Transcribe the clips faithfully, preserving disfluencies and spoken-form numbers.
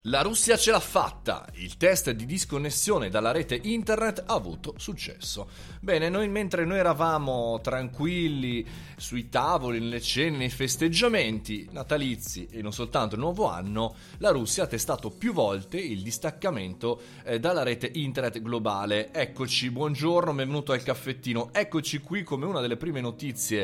La Russia ce l'ha fatta! Il test di disconnessione dalla rete internet ha avuto successo. Bene, noi mentre noi eravamo tranquilli sui tavoli, nelle cene, nei festeggiamenti natalizi e non soltanto il nuovo anno, la Russia ha testato più volte il distaccamento eh, dalla rete internet globale. Eccoci, buongiorno, benvenuto al caffettino. Eccoci qui come una delle prime notizie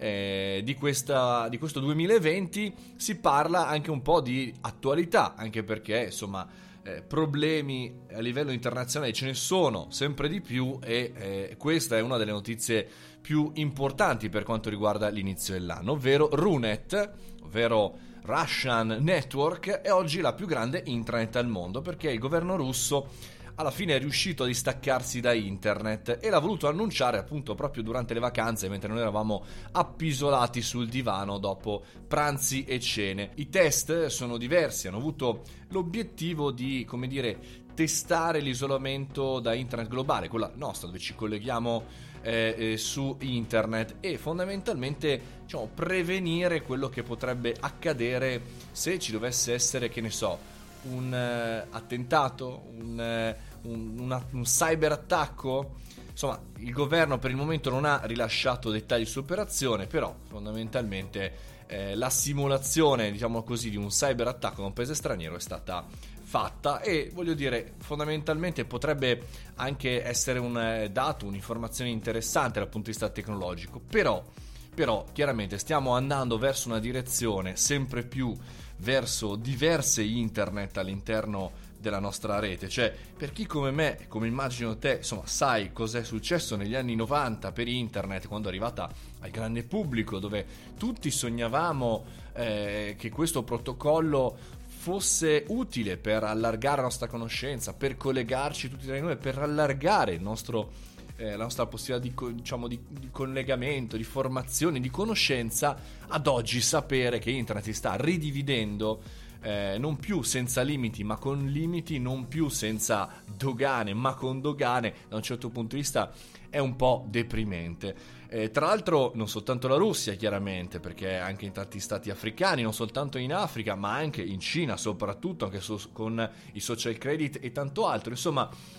eh, di, questa, di questo duemilaventi. Si parla anche un po' di attualità, anche perché perché insomma eh, problemi a livello internazionale ce ne sono sempre di più e eh, questa è una delle notizie più importanti per quanto riguarda l'inizio dell'anno, ovvero Runet, ovvero Russian Network, è oggi la più grande intranet al mondo perché il governo russo alla fine è riuscito a distaccarsi da internet e l'ha voluto annunciare appunto proprio durante le vacanze, mentre noi eravamo appisolati sul divano dopo pranzi e cene. I test sono diversi, hanno avuto l'obiettivo di, come dire, testare l'isolamento da internet globale, quella nostra dove ci colleghiamo eh, eh, su internet e fondamentalmente, diciamo, prevenire quello che potrebbe accadere se ci dovesse essere, che ne so, un uh, attentato, un, uh, un, una, un cyberattacco. Insomma, il governo per il momento non ha rilasciato dettagli su operazione, però fondamentalmente eh, la simulazione, diciamo così, di un cyberattacco da un paese straniero è stata fatta e voglio dire, fondamentalmente potrebbe anche essere un eh, dato, un'informazione interessante dal punto di vista tecnologico, però Però chiaramente stiamo andando verso una direzione sempre più verso diverse internet all'interno della nostra rete. Cioè, per chi come me, come immagino te, insomma, sai cos'è successo negli anni novanta per internet, quando è arrivata al grande pubblico, dove tutti sognavamo eh, che questo protocollo fosse utile per allargare la nostra conoscenza, per collegarci tutti tra noi, per allargare il nostro Eh, la nostra possibilità di, diciamo, di, di collegamento, di formazione, di conoscenza. Ad oggi sapere che internet si sta ridividendo eh, non più senza limiti ma con limiti, non più senza dogane ma con dogane, da un certo punto di vista è un po' deprimente. Eh, tra l'altro non soltanto la Russia, chiaramente, perché anche in tanti stati africani, non soltanto in Africa ma anche in Cina soprattutto, anche so, con i social credit e tanto altro. Insomma,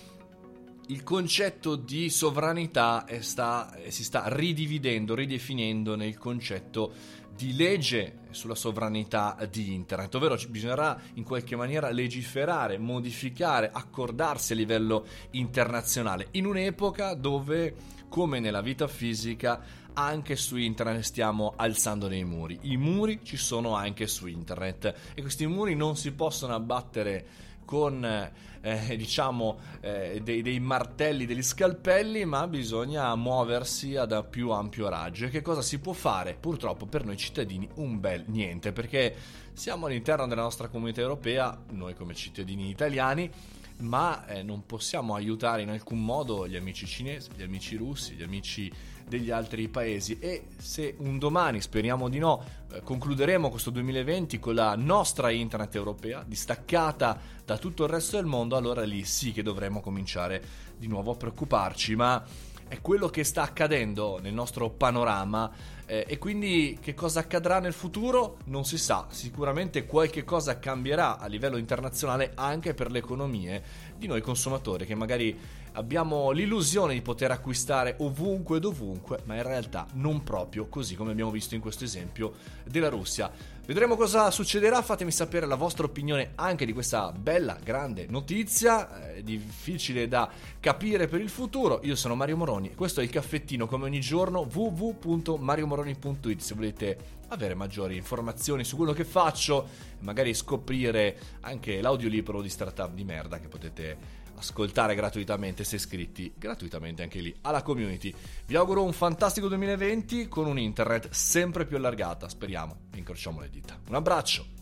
il concetto di sovranità è sta, si sta ridividendo, ridefinendo nel concetto di legge sulla sovranità di internet, ovvero bisognerà in qualche maniera legiferare, modificare, accordarsi a livello internazionale, in un'epoca dove, come nella vita fisica, anche su internet stiamo alzando dei muri. I muri ci sono anche su internet e questi muri non si possono abbattere con eh, diciamo eh, dei, dei martelli, degli scalpelli, ma bisogna muoversi ad più ampio raggio. E che cosa si può fare? Purtroppo per noi cittadini un bel niente, perché siamo all'interno della nostra comunità europea, noi come cittadini italiani, ma eh, non possiamo aiutare in alcun modo gli amici cinesi, gli amici russi, gli amici degli altri paesi. E se un domani, speriamo di no, eh, concluderemo questo duemilaventi con la nostra internet europea distaccata da tutto il resto del mondo, allora lì sì che dovremo cominciare di nuovo a preoccuparci. Ma è quello che sta accadendo nel nostro panorama eh, e quindi che cosa accadrà nel futuro non si sa. Sicuramente qualche cosa cambierà a livello internazionale anche per le economie di noi consumatori, che magari abbiamo l'illusione di poter acquistare ovunque e dovunque, ma in realtà non proprio così, come abbiamo visto in questo esempio della Russia. Vedremo cosa succederà, fatemi sapere la vostra opinione anche di questa bella, grande notizia, eh, difficile da capire per il futuro. Io sono Mario Moroni e questo è il caffettino, come ogni giorno, w w w punto mario moroni punto it, se volete avere maggiori informazioni su quello che faccio, magari scoprire anche l'audiolibro di Startup di merda che potete ascoltare gratuitamente se iscritti gratuitamente anche lì alla community. Vi auguro un fantastico duemilaventi con un internet sempre più allargata, speriamo, incrociamo le dita. Un abbraccio!